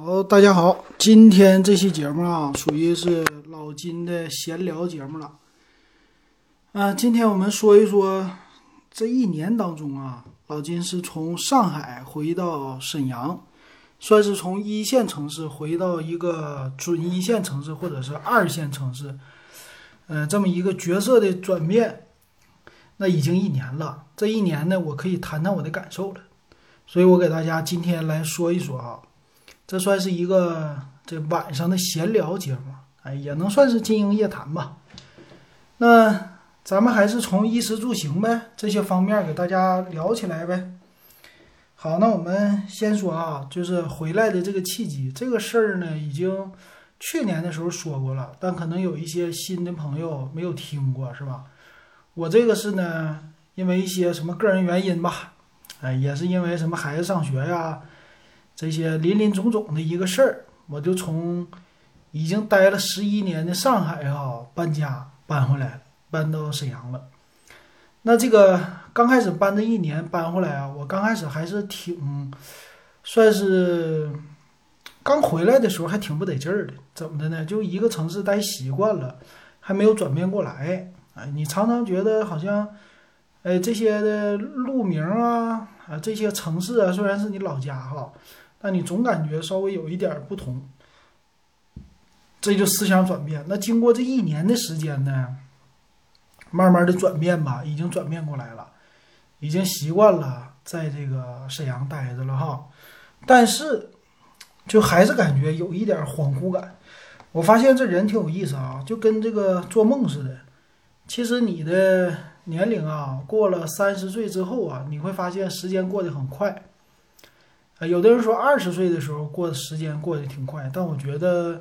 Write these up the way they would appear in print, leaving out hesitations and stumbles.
好，大家好，今天这期节目啊，属于是老金的闲聊节目了。今天我们说一说这一年当中啊，老金是从上海回到沈阳，算是从一线城市回到一个准一线城市或者是二线城市，这么一个角色的转变，那已经一年了。这一年呢，我可以谈谈我的感受了，所以我给大家今天来说一说啊。这算是一个这晚上的闲聊节目，也能算是经营夜谈吧。那咱们还是从衣食住行呗这些方面给大家聊起来呗。好，那我们先说啊，就是回来的这个契机，这个事儿呢，已经去年的时候说过了，但可能有一些新的朋友没有听过，是吧？我这个是呢，因为一些什么个人原因吧，也是因为什么孩子上学呀。这些林林总总的一个事儿，我就从已经待了11年的上海搬回来了，搬到沈阳了。那这个刚开始搬这一年搬回来啊，我刚开始还是算是刚回来的时候还挺不得劲儿的。怎么的呢？就一个城市待习惯了，还没有转变过来。你常常觉得好像，这些的路名这些城市啊，虽然是你老家哈。但你总感觉稍微有一点不同，这就思想转变。那经过这一年的时间呢，慢慢的转变吧，已经转变过来了，已经习惯了在这个沈阳待着了哈。但是就还是感觉有一点恍惚感。我发现这人挺有意思啊，就跟这个做梦似的。其实你的年龄啊，过了30岁之后啊，你会发现时间过得很快。有的人说20岁的时候过的时间过得挺快，但我觉得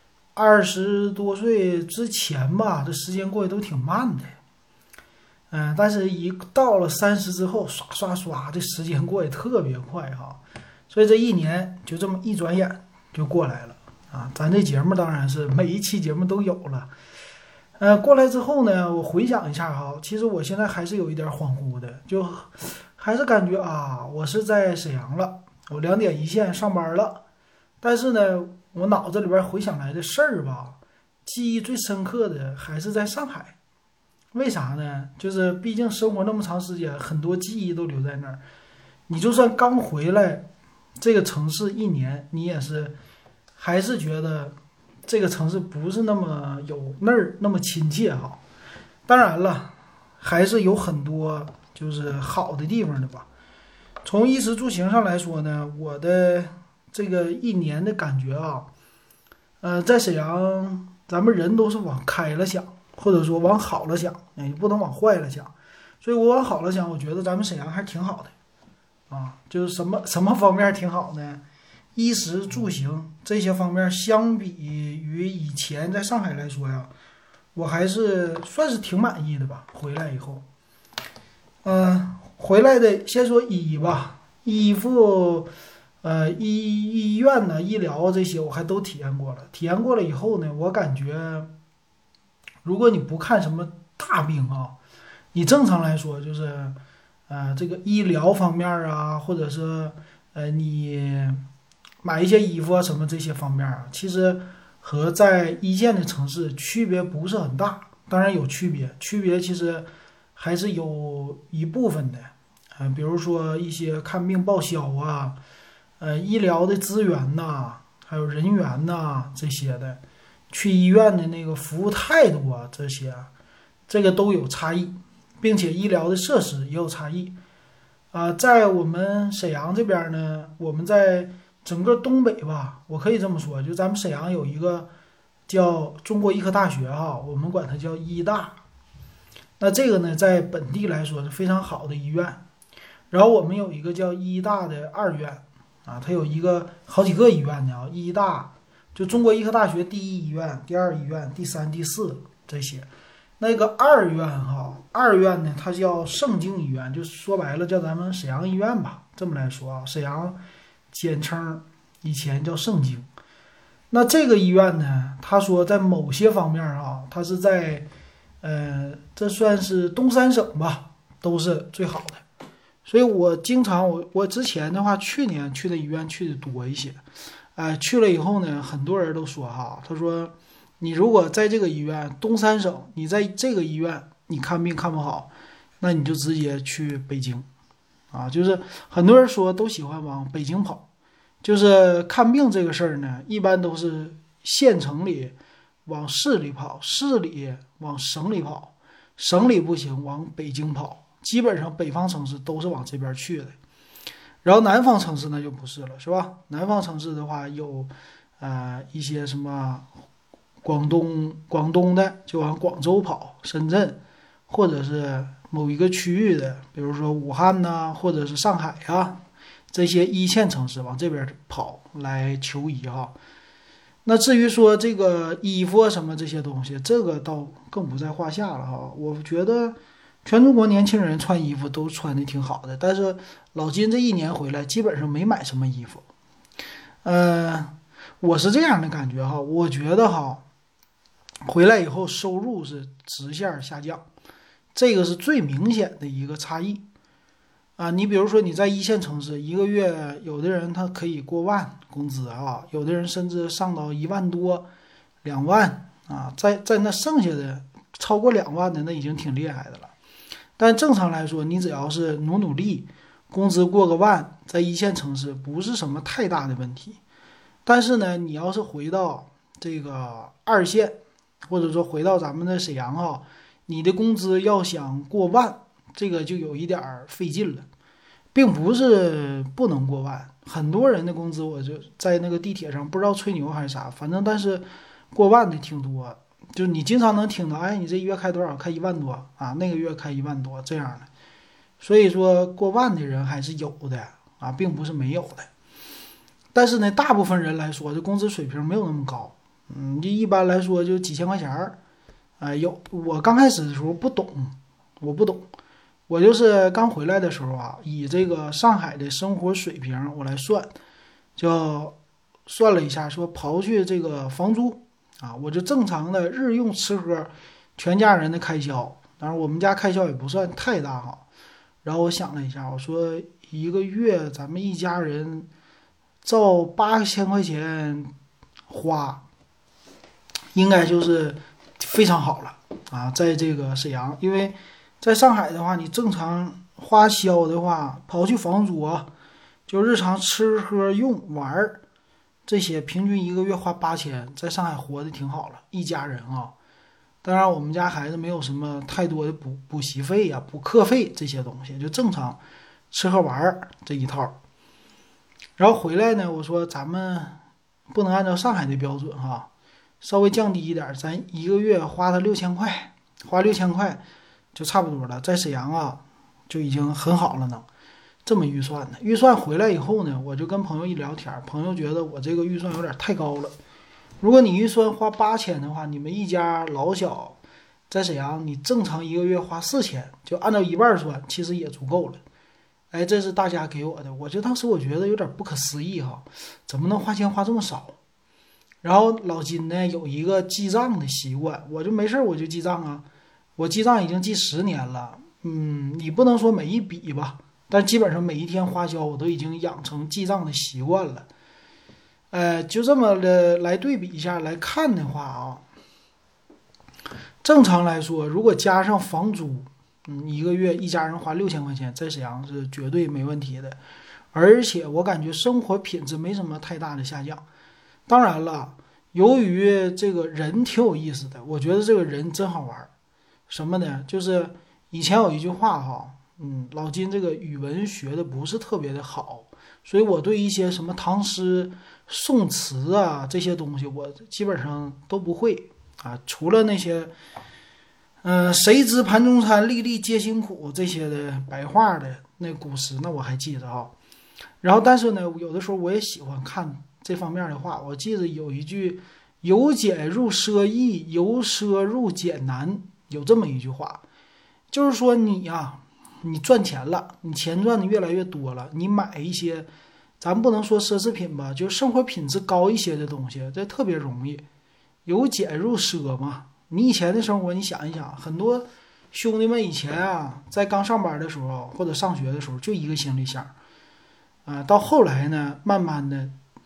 20多岁之前吧，这时间过得都挺慢的。但是一到了30之后，刷刷刷，这时间过得特别快哈。所以这一年就这么一转眼就过来了啊。咱这节目当然是每一期节目都有了。过来之后呢，我回想一下哈，其实我现在还是有一点恍惚的，就还是感觉啊，我是在沈阳了。我2点一线上班了，但是呢，我脑子里边回想来的事儿吧，记忆最深刻的还是在上海。为啥呢？就是毕竟生活那么长时间，很多记忆都留在那儿。你就算刚回来这个城市一年，你也是还是觉得这个城市不是那么有那儿那么亲切哈。当然了，还是有很多就是好的地方的吧。从衣食住行上来说呢，我的这个一年的感觉啊，在沈阳，咱们人都是往开了想，或者说往好了想，也不能往坏了想。所以我往好了想，我觉得咱们沈阳还挺好的啊，就是什么方面挺好呢？衣食住行这些方面，相比于以前在上海来说呀，我还是算是挺满意的吧。回来以后，回来的先说衣吧，衣服，医院呢、医疗这些我还都体验过了。体验过了以后呢，我感觉，如果你不看什么大病啊，你正常来说就是，这个医疗方面啊，或者是你买一些衣服啊什么这些方面啊，其实和在一线的城市区别不是很大。当然有区别，区别其实还是有一部分的。比如说一些看病报销啊，医疗的资源呐，还有人员呐这些的，去医院的那个服务态度啊，这些这个都有差异，并且医疗的设施也有差异。在我们沈阳这边呢，我们在整个东北吧，我可以这么说，就咱们沈阳有一个叫中国医科大学哈，我们管它叫医大。那这个呢，在本地来说是非常好的医院。然后我们有一个叫医大的2院它有好几个医院的医大就中国医科大学第1医院、第2医院、第3、第4这些。那个2院2院呢，它叫盛京医院，就说白了叫咱们沈阳医院吧，这么来说啊，沈阳简称以前叫盛京。那这个医院呢，他说在某些方面它是在这算是东三省吧，都是最好的。所以我经常我之前的话，去年去的医院去的多一些， 去了以后呢，很多人都说哈，他说你如果在这个医院东三省，你在这个医院你看病看不好，那你就直接去北京啊。就是很多人说都喜欢往北京跑，就是看病这个事儿呢，一般都是县城里往市里跑，市里往省里跑，省里不行往北京跑，基本上北方城市都是往这边去的。然后南方城市呢就不是了，是吧？南方城市的话有，一些什么广东的就往广州跑，深圳，或者是某一个区域的，比如说武汉呐、或者是上海呀、这些一线城市往这边跑来求医哈。那至于说这个衣服啊什么这些东西，这个倒更不在话下了哈。我觉得全中国年轻人穿衣服都穿的挺好的，但是老金这一年回来基本上没买什么衣服。我是这样的感觉哈，我觉得哈，回来以后收入是直线下降，这个是最明显的一个差异啊。你比如说你在一线城市，一个月有的人他可以过万工资啊，有的人甚至上到1万多、2万啊，在那剩下的超过2万的那已经挺厉害的了。但正常来说，你只要是努力，工资过个万，在一线城市不是什么太大的问题。但是呢，你要是回到这个二线，或者说回到咱们的沈阳哈，你的工资要想过万，这个就有一点费劲了，并不是不能过万。很多人的工资，我就在那个地铁上不知道吹牛还是啥，反正但是过万的挺多，就你经常能听到，哎，你这月开多少？开1万多啊，那个月开1万多这样的。所以说过万的人还是有的啊，并不是没有的。但是呢，大部分人来说，这工资水平没有那么高，就一般来说就几千块钱儿，我刚开始的时候不懂，我不懂，我就是刚回来的时候啊，以这个上海的生活水平我来算，就算了一下，说刨去这个房租啊，我就正常的日用吃喝，全家人的开销，当然我们家开销也不算太大哈。然后我想了一下，我说一个月咱们一家人照8000块钱花，应该就是非常好了啊。在这个沈阳，因为在上海的话，你正常花销的话，刨去房租啊，就日常吃喝用玩儿这些，平均一个月花8000，在上海活得挺好了，一家人啊。当然，我们家孩子没有什么太多的补习费呀、补课费这些东西，就正常吃喝玩儿这一套。然后回来呢，我说咱们不能按照上海的标准哈，稍微降低一点，咱一个月花他6000块，花6000块就差不多了。在沈阳啊，就已经很好了呢。这么预算的，预算回来以后呢，我就跟朋友一聊天，朋友觉得我这个预算有点太高了。如果你预算花8000的话，你们一家老小在沈阳，你正常一个月花4000，就按照一半算，其实也足够了。哎，这是大家给我的，当时我觉得有点不可思议哈，怎么能花钱花这么少？然后老金呢有一个记账的习惯，我就没事我就记账啊，我记账已经记10年了，你不能说每一笔吧，但基本上每一天花销我都已经养成记账的习惯了。就这么的来对比一下来看的话啊，正常来说，如果加上房租，一个月一家人花6000块钱，在沈阳是绝对没问题的。而且我感觉生活品质没什么太大的下降。当然了，由于这个人挺有意思的，我觉得这个人真好玩。什么呢？就是以前有一句话哈，老金这个语文学的不是特别的好，所以我对一些什么唐诗、宋词啊这些东西，我基本上都不会啊，除了那些谁知盘中餐，粒粒皆辛苦这些的白话的那古诗，那我还记得啊。然后，但是呢，有的时候我也喜欢看这方面的话。我记得有一句"由俭入奢易，由奢入俭难"，有这么一句话，就是说你呀，你赚钱了，你钱赚的越来越多了，你买一些，咱不能说奢侈品吧，就是生活品质高一些的东西，这特别容易。由俭入奢嘛。你以前的生活，你想一想，很多兄弟们以前啊，在刚上班的时候或者上学的时候，就一个行李箱，到后来呢，慢慢的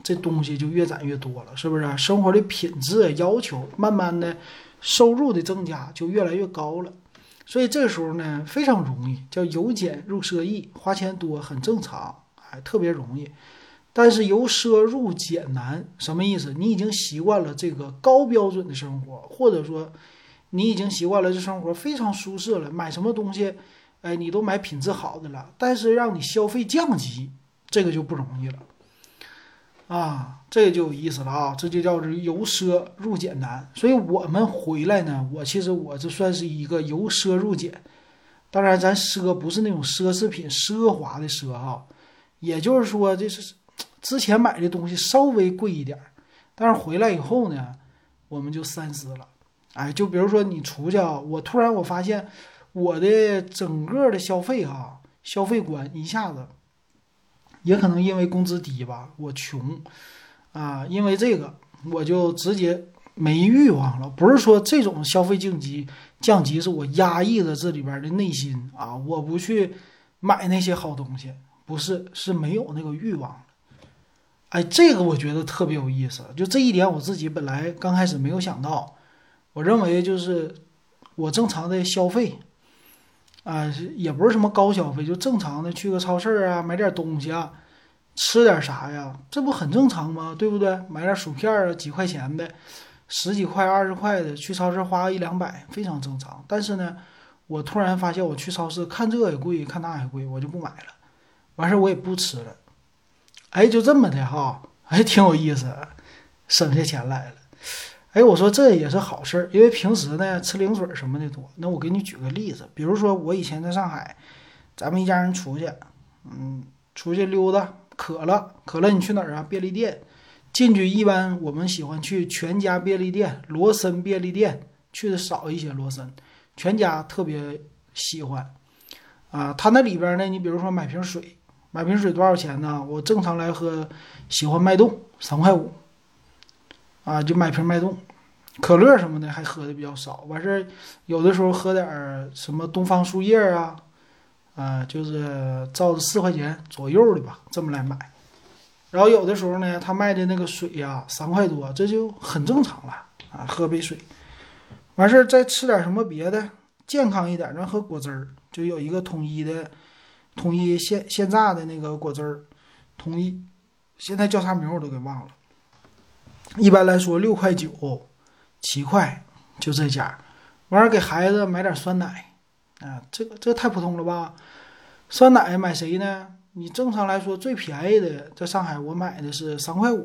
这东西就越攒越多了，是不是？生活的品质要求慢慢的收入的增加就越来越高了，所以这个时候呢非常容易，叫由俭入奢易，花钱多很正常，特别容易。但是由奢入俭难，什么意思？你已经习惯了这个高标准的生活，或者说你已经习惯了这生活非常舒适了，买什么东西，你都买品质好的了，但是让你消费降级，这个就不容易了啊，这个就有意思了啊，这就叫做由奢入俭难。所以我们回来呢，其实我这算是一个由奢入俭，当然咱奢不是那种奢侈品奢华的奢哈，也就是说这是之前买的东西稍微贵一点，但是回来以后呢，我们就三思了。就比如说你出去啊，我突然发现我的整个的消费消费观一下子，也可能因为工资低吧，我穷因为这个我就直接没欲望了。不是说这种消费降级是我压抑的这里边的内心我不去买那些好东西，不是，是没有那个欲望了。这个我觉得特别有意思，就这一点我自己本来刚开始没有想到。我认为就是我正常的消费也不是什么高消费，就正常的去个超市买点东西吃点啥呀，这不很正常吗？对不对？买点薯片几块钱的，10几块20块的，去超市花个100-200非常正常。但是呢，我突然发现我去超市看这也贵看那也贵，我就不买了，完事我也不吃了。就这么的挺有意思，省下钱来了。我说这也是好事，因为平时呢吃零水什么的多。那我给你举个例子，比如说我以前在上海，咱们一家人出去溜达，渴了你去哪儿便利店进去，一般我们喜欢去全家便利店、罗森便利店，去的少一些罗森，全家特别喜欢他那里边呢，你比如说买瓶水多少钱呢？我正常来喝喜欢脉动3块5就买瓶脉动。可乐什么的还喝的比较少，完事有的时候喝点什么东方树叶就是照着4块钱左右的吧，这么来买。然后有的时候呢，他卖的那个水3块多，这就很正常了喝杯水。完事再吃点什么别的健康一点的，喝果汁儿，就有一个统一现榨的那个果汁儿，统一现在叫啥名我都给忘了。一般来说6块9、7块就这家。完事给孩子买点酸奶这个太普通了吧？酸奶买谁呢？你正常来说最便宜的，在上海我买的是3块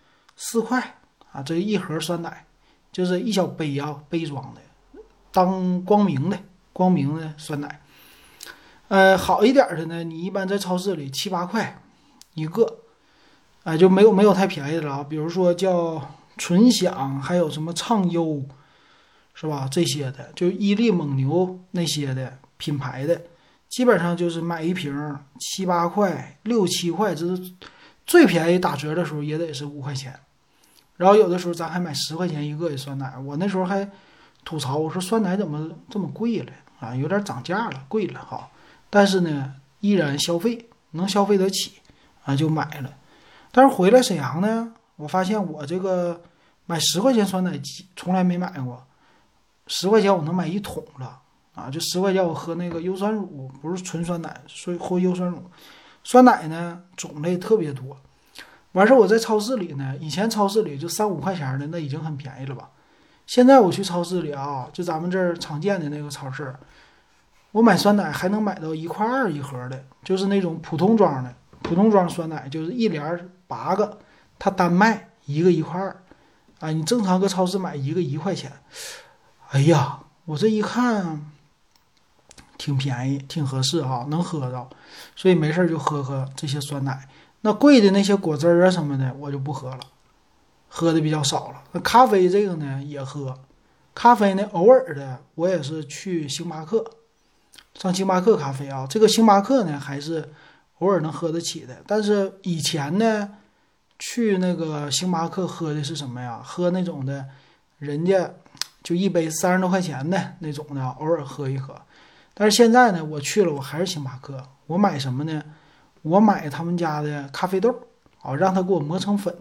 5、4块这一盒酸奶，就是一小杯杯装的，当光明的酸奶。好一点的呢，你一般在超市里7、8块一个，就没有太便宜的了比如说叫纯享，还有什么畅优，是吧？这些的就伊利、蒙牛那些的品牌的，基本上就是买一瓶7、8块、6、7块，这是最便宜，打折的时候也得是5块钱。然后有的时候咱还买10块钱一个的酸奶，我那时候还吐槽，我说酸奶怎么这么贵了有点涨价了，贵了但是呢，依然能消费得起就买了。但是回来沈阳呢，我发现我这个买10块钱酸奶从来没买过，10块钱我能买1桶了就10块钱我喝那个优酸乳，不是纯酸奶，所以喝优酸乳。酸奶呢种类特别多，完事我在超市里呢，以前超市里就3、5块钱的那已经很便宜了吧，现在我去超市里就咱们这儿常见的那个超市，我买酸奶还能买到1块2一盒的，就是那种普通装酸奶，就是一连8个，它单卖一个1块2你正常搁超市买一个1块钱。哎呀，我这一看挺便宜，挺合适能喝到，所以没事就喝这些酸奶。那贵的那些果汁什么的我就不喝了，喝的比较少了。那咖啡这个呢也喝，咖啡呢偶尔的我也是去星巴克，上星巴克咖啡这个星巴克呢还是偶尔能喝得起的。但是以前呢去那个星巴克喝的是什么呀？喝那种的人家就一杯30多块钱的那种的，偶尔喝一喝。但是现在呢，我去了我还是星巴克，我买什么呢？我买他们家的咖啡豆让他给我磨成粉，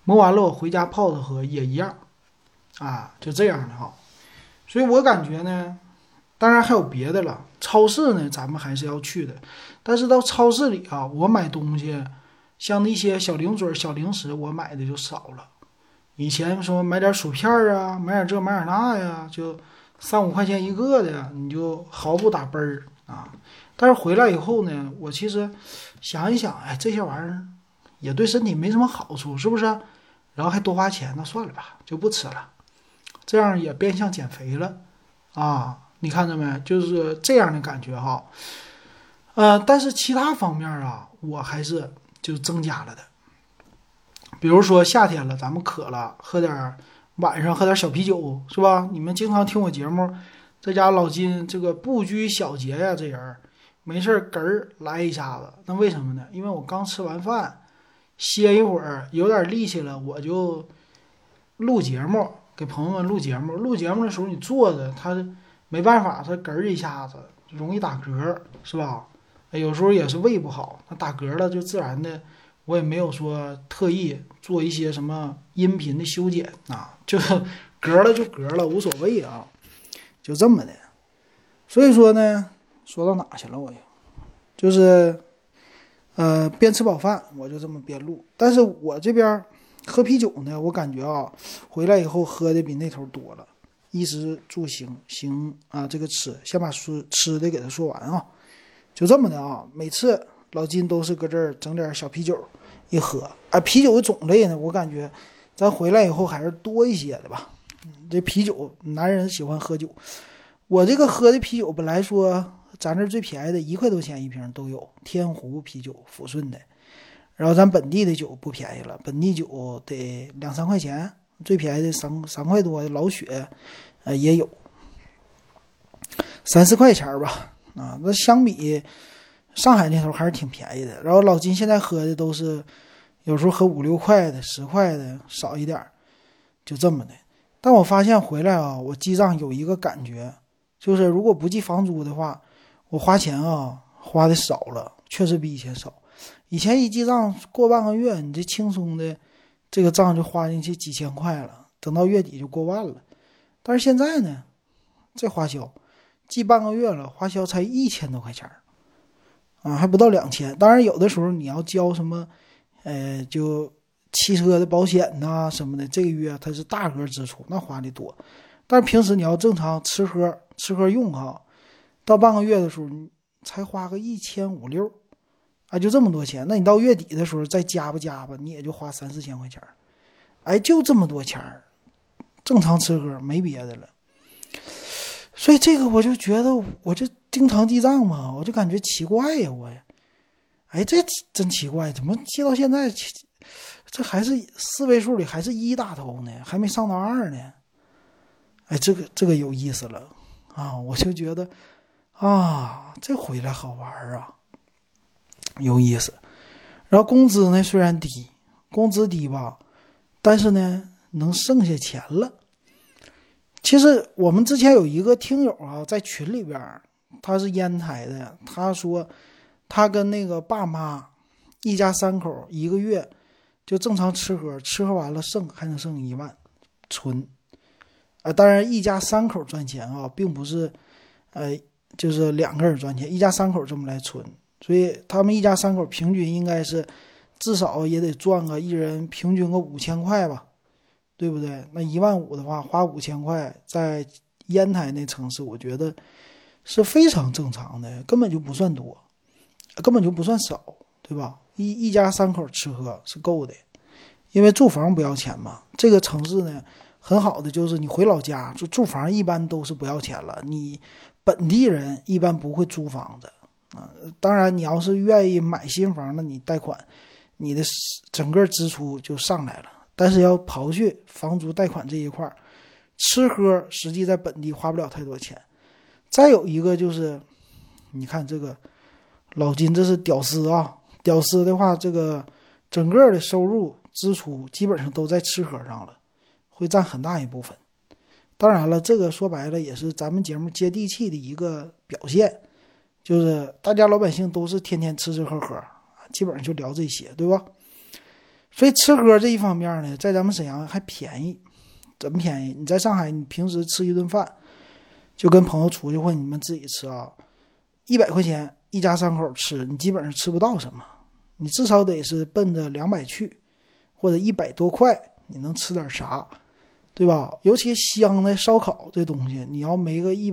磨完了我回家泡着喝也一样啊，就这样的哈。所以我感觉呢，当然还有别的了，超市呢咱们还是要去的，但是到超市里啊，我买东西像那些小零嘴、小零食，我买的就少了。以前说买点薯片啊，买点这买点那呀，就3-5块钱一个的，你就毫不打奔儿啊。但是回来以后呢，我其实想一想，哎，这些玩意儿也对身体没什么好处，是不是？然后还多花钱，那算了吧，就不吃了。这样也变相减肥了啊！你看着没？就是这样的感觉哈。但是其他方面啊，我还是就增加了的。比如说夏天了，咱们渴了，晚上喝点小啤酒，是吧？你们经常听我节目，在家老金这个不拘小节呀，这人没事哏儿来一下子，那为什么呢？因为我刚吃完饭，歇一会儿，有点力气了，我就录节目，给朋友们录节目。录节目的时候你坐着，他没办法，他哏儿一下子容易打嗝，是吧？有时候也是胃不好，他打嗝了就自然的。我也没有说特意做一些什么音频的修剪啊，就隔了就隔了，无所谓啊，就这么的。所以说呢，说到哪去了？我就是边吃饱饭我就这么边录，但是我这边喝啤酒呢，我感觉啊，回来以后喝的比那头多了。衣食住行啊，这个先把吃的给他说完啊，就这么的啊，每次。老金都是搁这儿整点小啤酒一喝，啤酒的种类呢，我感觉咱回来以后还是多一些的吧。这啤酒，男人喜欢喝酒，我这个喝的啤酒本来说咱这最便宜的1块多钱一瓶都有，天湖啤酒抚顺的，然后咱本地的酒不便宜了，本地酒得2-3块钱，最便宜的3块多的老雪，也有3-4块钱吧，啊，那相比。上海那头还是挺便宜的，然后老金现在喝的都是有时候喝5-6块的10块的少一点，就这么的。但我发现回来啊，我记账有一个感觉，就是如果不计房租的话，我花钱啊花的少了，确实比以前少。以前一记账过半个月，你这轻松的这个账就花进去几千块了，等到月底就过万了。但是现在呢，这花销记半个月了，花销才1000多块钱啊，还不到2000。当然有的时候你要交什么就汽车的保险呐、什么的，这个月它是大额支出，那花的多。但是平时你要正常吃喝用哈，到半个月的时候你才花个1500-1600啊，就这么多钱。那你到月底的时候再加吧，你也就花3-4千块钱，就这么多钱，正常吃喝没别的了。所以这个我就觉得，我这经常记账嘛，我就感觉奇怪呀，这真奇怪，怎么记到现在，这还是4位数里还是1大头呢，还没上到2呢？这个有意思了啊！我就觉得啊，这回来好玩啊，有意思。然后工资呢虽然低，工资低吧，但是呢能剩下钱了。其实我们之前有一个听友啊，在群里边，他是烟台的，他说他跟那个爸妈一家3口一个月就正常吃喝完了还能剩1万存当然一家3口赚钱啊，并不是就是2个人赚钱，一家3口这么来存，所以他们一家3口平均应该是至少也得赚个一人平均个5000块吧，对不对？那15000的话，花5000块，在烟台那城市，我觉得是非常正常的，根本就不算多，根本就不算少，对吧？一家3口吃喝是够的，因为住房不要钱嘛。这个城市呢，很好的就是你回老家住房一般都是不要钱了，你本地人一般不会租房子啊。当然，你要是愿意买新房，那你贷款，你的整个支出就上来了。但是要刨去房租贷款这一块，吃喝实际在本地花不了太多钱。再有一个就是，你看这个老金这是屌丝啊，屌丝的话，这个整个的收入支出基本上都在吃喝上了，会占很大一部分。当然了，这个说白了也是咱们节目接地气的一个表现，就是大家老百姓都是天天吃喝，基本上就聊这些，对吧？ 所以吃喝这一方面呢，在咱们沈阳还便宜。怎么便宜？你在上海，你平时吃一顿饭，就跟朋友出去或者你们自己吃啊，100块钱一家3口吃，你基本上吃不到什么，你至少得是奔着200去，或者100多块，你能吃点啥，对吧？尤其香的烧烤这东西，你要没个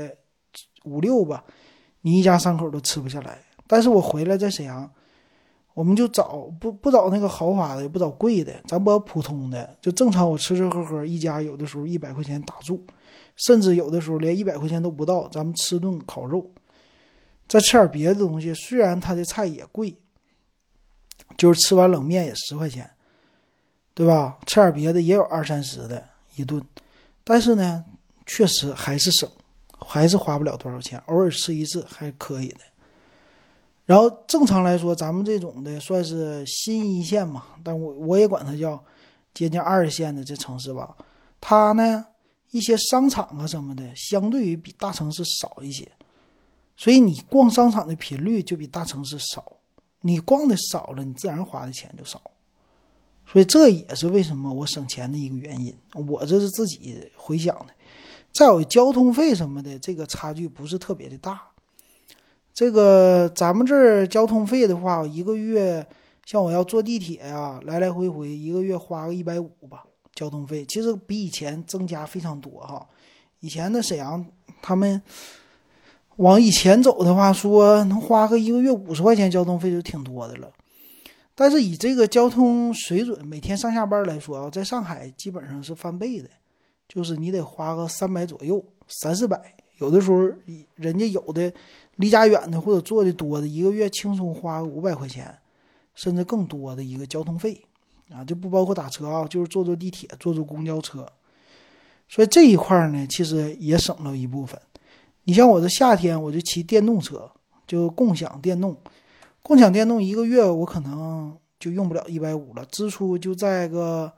150、6吧，你一家3口都吃不下来。但是我回来在沈阳，我们就找不找那个豪华的，不找贵的，咱不找普通的，就正常我吃吃喝喝，一家有的时候100块钱打住，甚至有的时候连100块钱都不到，咱们吃顿烤肉，再吃点别的东西，虽然它的菜也贵，就是吃碗冷面也10块钱，对吧？吃点别的也有20-30的一顿，但是呢，确实还是省，还是花不了多少钱，偶尔吃一次还可以的。然后正常来说，咱们这种的算是新一线嘛，但我也管它叫接近2线的这城市吧，它呢一些商场啊什么的，相对于比大城市少一些，所以你逛商场的频率就比大城市少，你逛的少了，你自然花的钱就少，所以这也是为什么我省钱的一个原因。我这是自己回想的。再有交通费什么的，这个差距不是特别的大。这个咱们这儿交通费的话，一个月像我要坐地铁啊，来来回回一个月花个150吧，交通费其实比以前增加非常多哈。以前的沈阳他们往以前走的话，说能花个一个月50块钱交通费就挺多的了。但是以这个交通水准，每天上下班来说啊，在上海基本上是翻倍的，就是你得花个300左右，300-400，有的时候人家有的离家远的或者坐的多的，一个月轻松花个500块钱，甚至更多的一个交通费啊，就不包括打车啊，就是坐地铁、坐公交车。所以这一块呢，其实也省了一部分。你像我这夏天我就骑电动车，就共享电动一个月我可能就用不了150了，支出就在个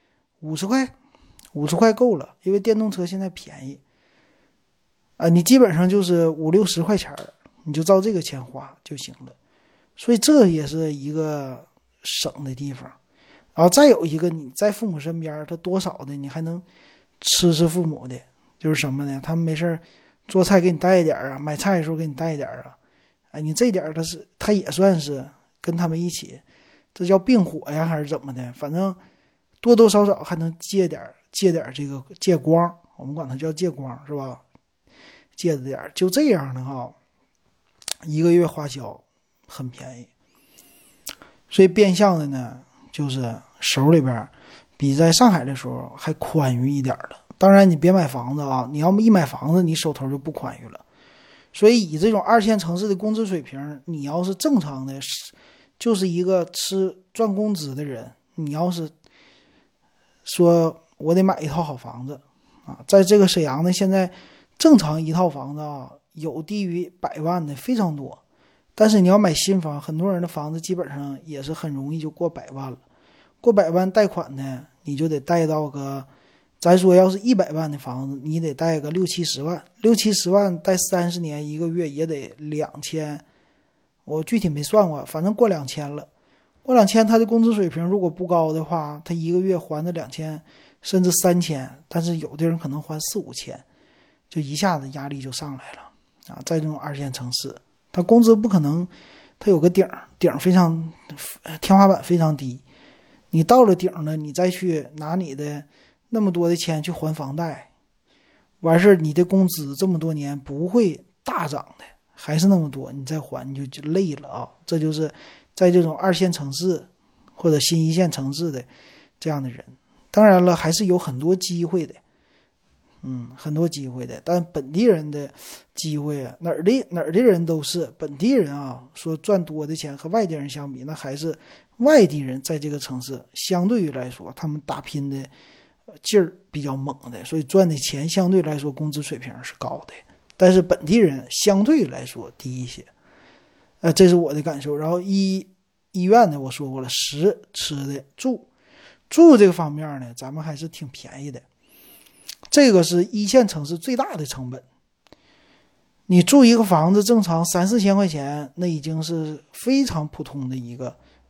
50块，50块够了，因为电动车现在便宜啊，你基本上就是50-60块钱，你就照这个钱花就行了。所以这也是一个省的地方。然后再有一个，你在父母身边，他多少的你还能吃父母的，就是什么呢？他们没事做菜给你带一点啊，买菜的时候给你带一点啊。哎，你这点他也算是跟他们一起，这叫并火呀还是怎么的？反正多多少少还能借点这个借光，我们管它叫借光是吧？借着点就这样的哈，一个月花销很便宜，所以变相的呢，就是手里边比在上海的时候还宽裕一点了。当然你别买房子啊，你要么一买房子你手头就不宽裕了。所以以这种2线城市的工资水平，你要是正常的就是一个赚工资的人，你要是说我得买一套好房子啊，在这个沈阳呢，现在正常一套房子啊，有低于100万的非常多，但是你要买新房，很多人的房子基本上也是很容易就过100万了。过100万贷款呢，你就得贷到个，咱说要是100万的房子，你得贷个60-70万，60-70万贷30年，一个月也得2000，我具体没算过，反正过2000了。过2000，他的工资水平如果不高的话，他一个月还的2000甚至3000，但是有的人可能还4-5千，就一下子压力就上来了啊！在这种2线城市，他工资不可能，他有个顶非常天花板非常低，你到了顶了，你再去拿你的那么多的钱去还房贷，完事你的工资这么多年不会大涨的，还是那么多，你再还你就累了啊！这就是在这种2线城市或者新1线城市的这样的人。当然了，还是有很多机会的，很多机会的。但本地人的机会啊，哪儿的人都是本地人啊，说赚多的钱和外地人相比，那还是外地人在这个城市相对于来说，他们打拼的劲儿比较猛的，所以赚的钱相对来说工资水平是高的。但是本地人相对来说低一些，这是我的感受。然后医院呢，我说过了，食吃的住这个方面呢，咱们还是挺便宜的。这个是1线城市最大的成本。你住一个房子正常3-4千块钱，那已经是非常普通的一个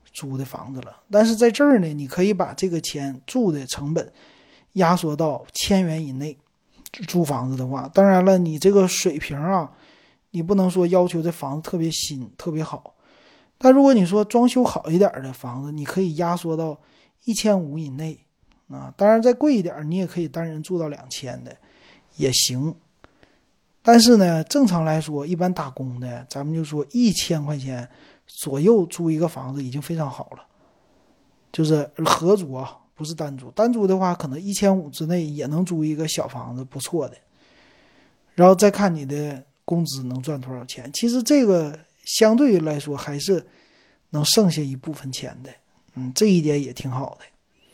租的房子了。但是在这儿呢，你可以把这个钱住的成本压缩到1000元以内。租房子的话，当然了，你这个水平啊，你不能说要求这房子特别新特别好，但如果你说装修好一点的房子，你可以压缩到1500以内啊。当然再贵一点，你也可以单人住到2000的也行。但是呢，正常来说，一般打工的，咱们就说1000块钱左右租一个房子已经非常好了，就是合租啊，不是单租。单租的话，可能1500之内也能租一个小房子，不错的。然后再看你的工资能赚多少钱，其实这个相对于来说还是能剩下一部分钱的，这一点也挺好的。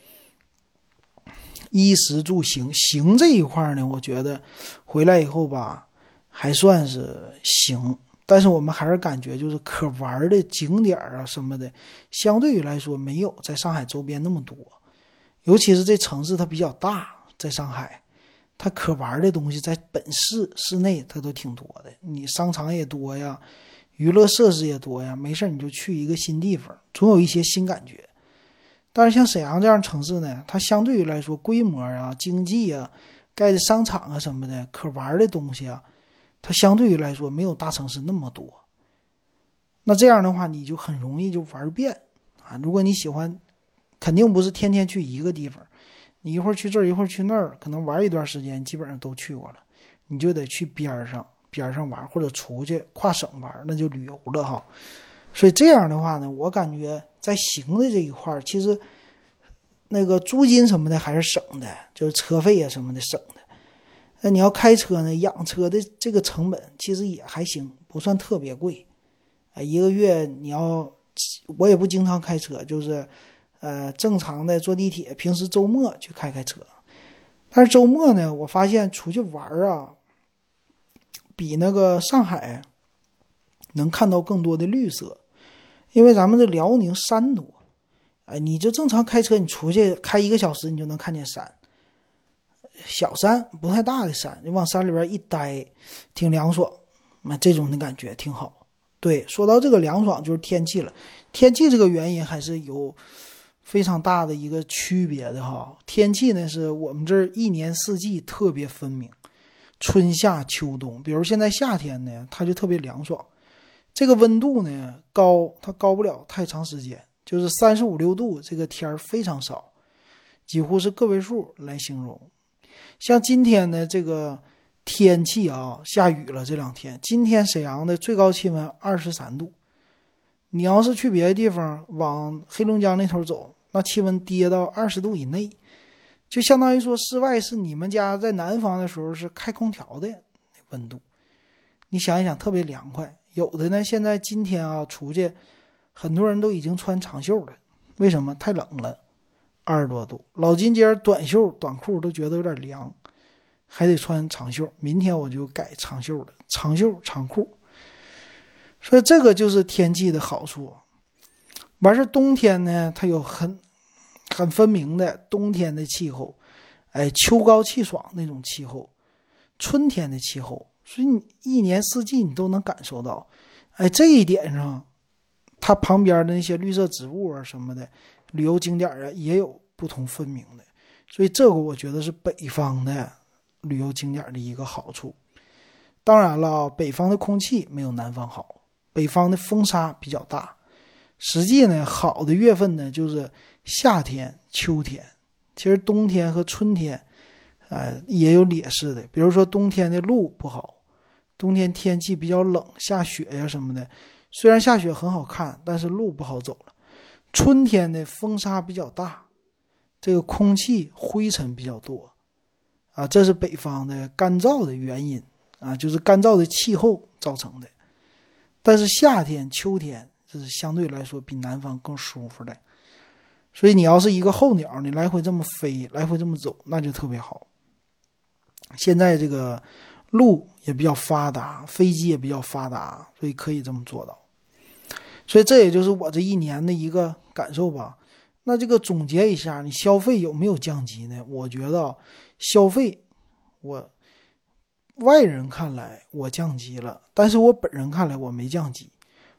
衣食住行这一块呢，我觉得回来以后吧，还算是行，但是我们还是感觉就是可玩的景点啊什么的，相对于来说没有在上海周边那么多，尤其是这城市它比较大，在上海它可玩的东西在本市市内它都挺多的，你商场也多呀，娱乐设施也多呀，没事你就去一个新地方，总有一些新感觉。但是像沈阳这样城市呢，它相对于来说规模啊、经济啊、盖的商场啊什么的，可玩的东西啊，它相对于来说没有大城市那么多。那这样的话，你就很容易就玩遍啊。如果你喜欢，肯定不是天天去一个地方，你一会儿去这儿，一会儿去那儿，可能玩一段时间，基本上都去过了，你就得去边上玩，或者出去跨省玩，那就旅游了哈。所以这样的话呢，我感觉在行的这一块其实那个租金什么的还是省的，就是车费啊什么的省的。那你要开车呢，养车的这个成本其实也还行，不算特别贵。一个月你要，我也不经常开车，就是正常的坐地铁，平时周末去开车。但是周末呢，我发现出去玩啊，比那个上海能看到更多的绿色。因为咱们这辽宁山多，你就正常开车，你出去开1个小时，你就能看见山，小山不太大的山，你往山里边一待，挺凉爽，这种的感觉挺好。对，说到这个凉爽，就是天气了。天气这个原因还是有非常大的一个区别的哈。天气呢，是我们这儿一年四季特别分明，春夏秋冬。比如现在夏天呢，它就特别凉爽。这个温度呢高，它高不了太长时间，就是35、6度，这个天儿非常少，几乎是个位数来形容。像今天的这个天气啊，下雨了这2天，今天沈阳的最高气温23度，你要是去别的地方往黑龙江那头走，那气温跌到20度以内，就相当于说室外是你们家在南方的时候是开空调的温度，你想一想特别凉快。有的呢，现在今天啊出去，很多人都已经穿长袖了，为什么？太冷了，20多度。老金今儿短袖短裤都觉得有点凉，还得穿长袖。明天我就改长袖了，长袖长裤。所以这个就是天气的好处。完事冬天呢，它有很分明的冬天的气候，秋高气爽那种气候，春天的气候。所以你一年四季你都能感受到，这一点上，它旁边的那些绿色植物啊什么的，旅游景点啊也有不同分明的。所以这个我觉得是北方的旅游景点的一个好处。当然了，北方的空气没有南方好，北方的风沙比较大。实际呢，好的月份呢就是夏天、秋天。其实冬天和春天，也有劣势的。比如说冬天的路不好。冬天天气比较冷，下雪呀什么的，虽然下雪很好看，但是路不好走了。春天的风沙比较大，这个空气灰尘比较多啊，这是北方的干燥的原因啊，就是干燥的气候造成的。但是夏天、秋天这是相对来说比南方更舒服的，所以你要是一个候鸟，你来回这么飞，来回这么走，那就特别好。现在这个路也比较发达，飞机也比较发达，所以可以这么做到。所以这也就是我这一年的一个感受吧。那这个总结一下，你消费有没有降级呢？我觉得消费，我外人看来我降级了，但是我本人看来我没降级。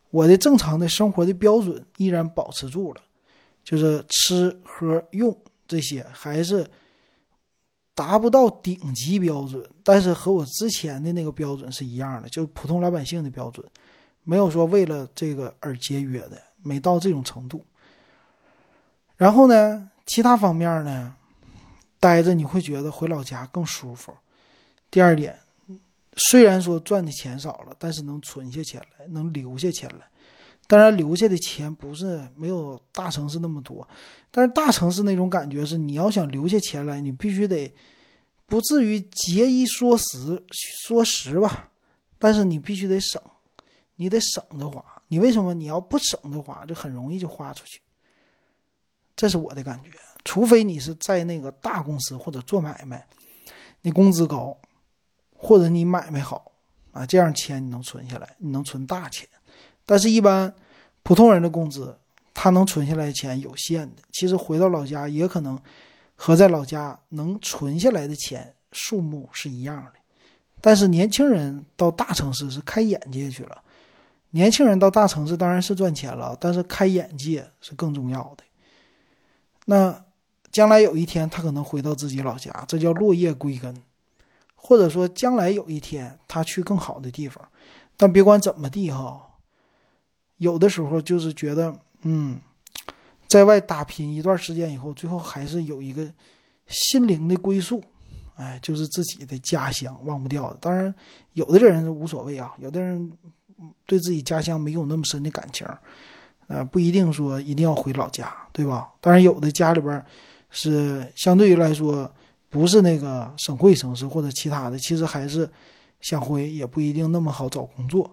我的正常的生活的标准依然保持住了，就是吃喝用这些还是达不到顶级标准，但是和我之前的那个标准是一样的，就是普通老百姓的标准，没有说为了这个而节约的，没到这种程度。然后呢，其他方面呢，待着你会觉得回老家更舒服。第二点，虽然说赚的钱少了，但是能存下钱来，能留下钱来。当然留下的钱不是没有大城市那么多，但是大城市那种感觉是，你要想留下钱来，你必须得不至于节衣缩食吧，但是你必须得省，你得省着花。你为什么你要不省着花，就很容易就花出去。这是我的感觉，除非你是在那个大公司或者做买卖，你工资高，或者你买卖好啊，这样钱你能存下来，你能存大钱。但是一般普通人的工资，他能存下来的钱有限的，其实回到老家也可能和在老家能存下来的钱数目是一样的。但是年轻人到大城市是开眼界去了，年轻人到大城市当然是赚钱了，但是开眼界是更重要的。那将来有一天他可能回到自己老家，这叫落叶归根，或者说将来有一天他去更好的地方。但别管怎么地哈，有的时候就是觉得在外打拼一段时间以后，最后还是有一个心灵的归宿，就是自己的家乡，忘不掉的。当然有的人是无所谓啊，有的人对自己家乡没有那么深的感情，不一定说一定要回老家，对吧？当然有的家里边是相对于来说不是那个省会城市或者其他的，其实还是想回也不一定那么好找工作。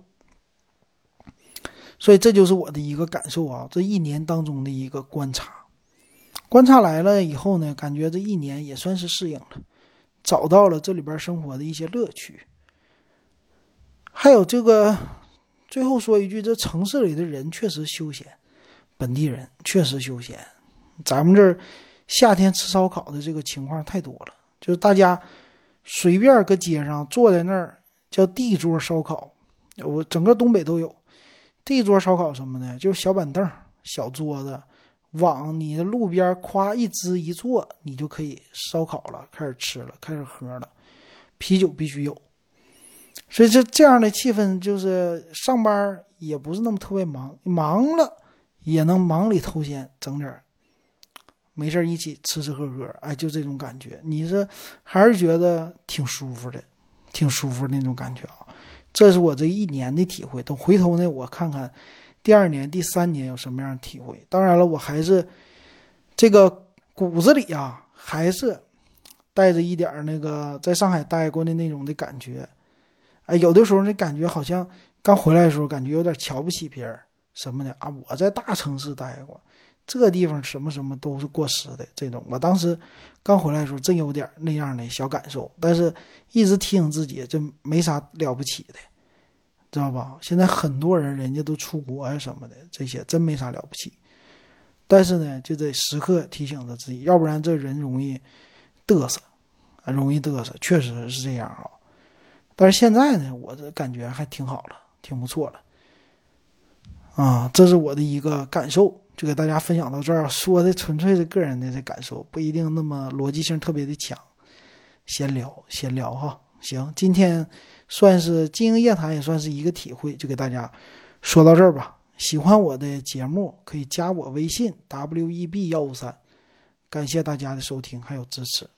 所以这就是我的一个感受啊，这一年当中的一个观察。观察来了以后呢，感觉这一年也算是适应了，找到了这里边生活的一些乐趣。还有这个最后说一句，这城市里的人确实休闲，本地人确实休闲。咱们这儿夏天吃烧烤的这个情况太多了，就是大家随便搁街上坐在那儿叫地桌烧烤，我整个东北都有。地桌烧烤什么呢？就是小板凳、小桌子，往你的路边夸一支一坐，你就可以烧烤了，开始吃了，开始喝了，啤酒必须有。所以这样的气氛，就是上班也不是那么特别忙，忙了也能忙里偷闲，整点没事一起吃吃喝喝，就这种感觉，你是还是觉得挺舒服的，挺舒服的那种感觉啊。这是我这一年的体会，等回头呢，我看看第二年、第三年有什么样的体会。当然了，我还是这个骨子里啊，还是带着一点那个在上海待过的那种的感觉。有的时候那感觉好像刚回来的时候，感觉有点瞧不起别人什么的啊。我在大城市待过，这个地方什么什么都是过时的这种。我当时刚回来的时候，真有点那样的小感受，但是一直提醒自己，这没啥了不起的，知道吧？现在很多人家都出国什么的，这些真没啥了不起。但是呢，就得时刻提醒着自己，要不然这人容易嘚瑟，确实是这样啊。但是现在呢，我这感觉还挺好了，挺不错了啊。这是我的一个感受，就给大家分享到这儿。说的纯粹是个人的这感受，不一定那么逻辑性特别的强。闲聊哈。行，今天算是经营夜谈，也算是一个体会，就给大家说到这儿吧。喜欢我的节目可以加我微信 WEB153，感谢大家的收听还有支持。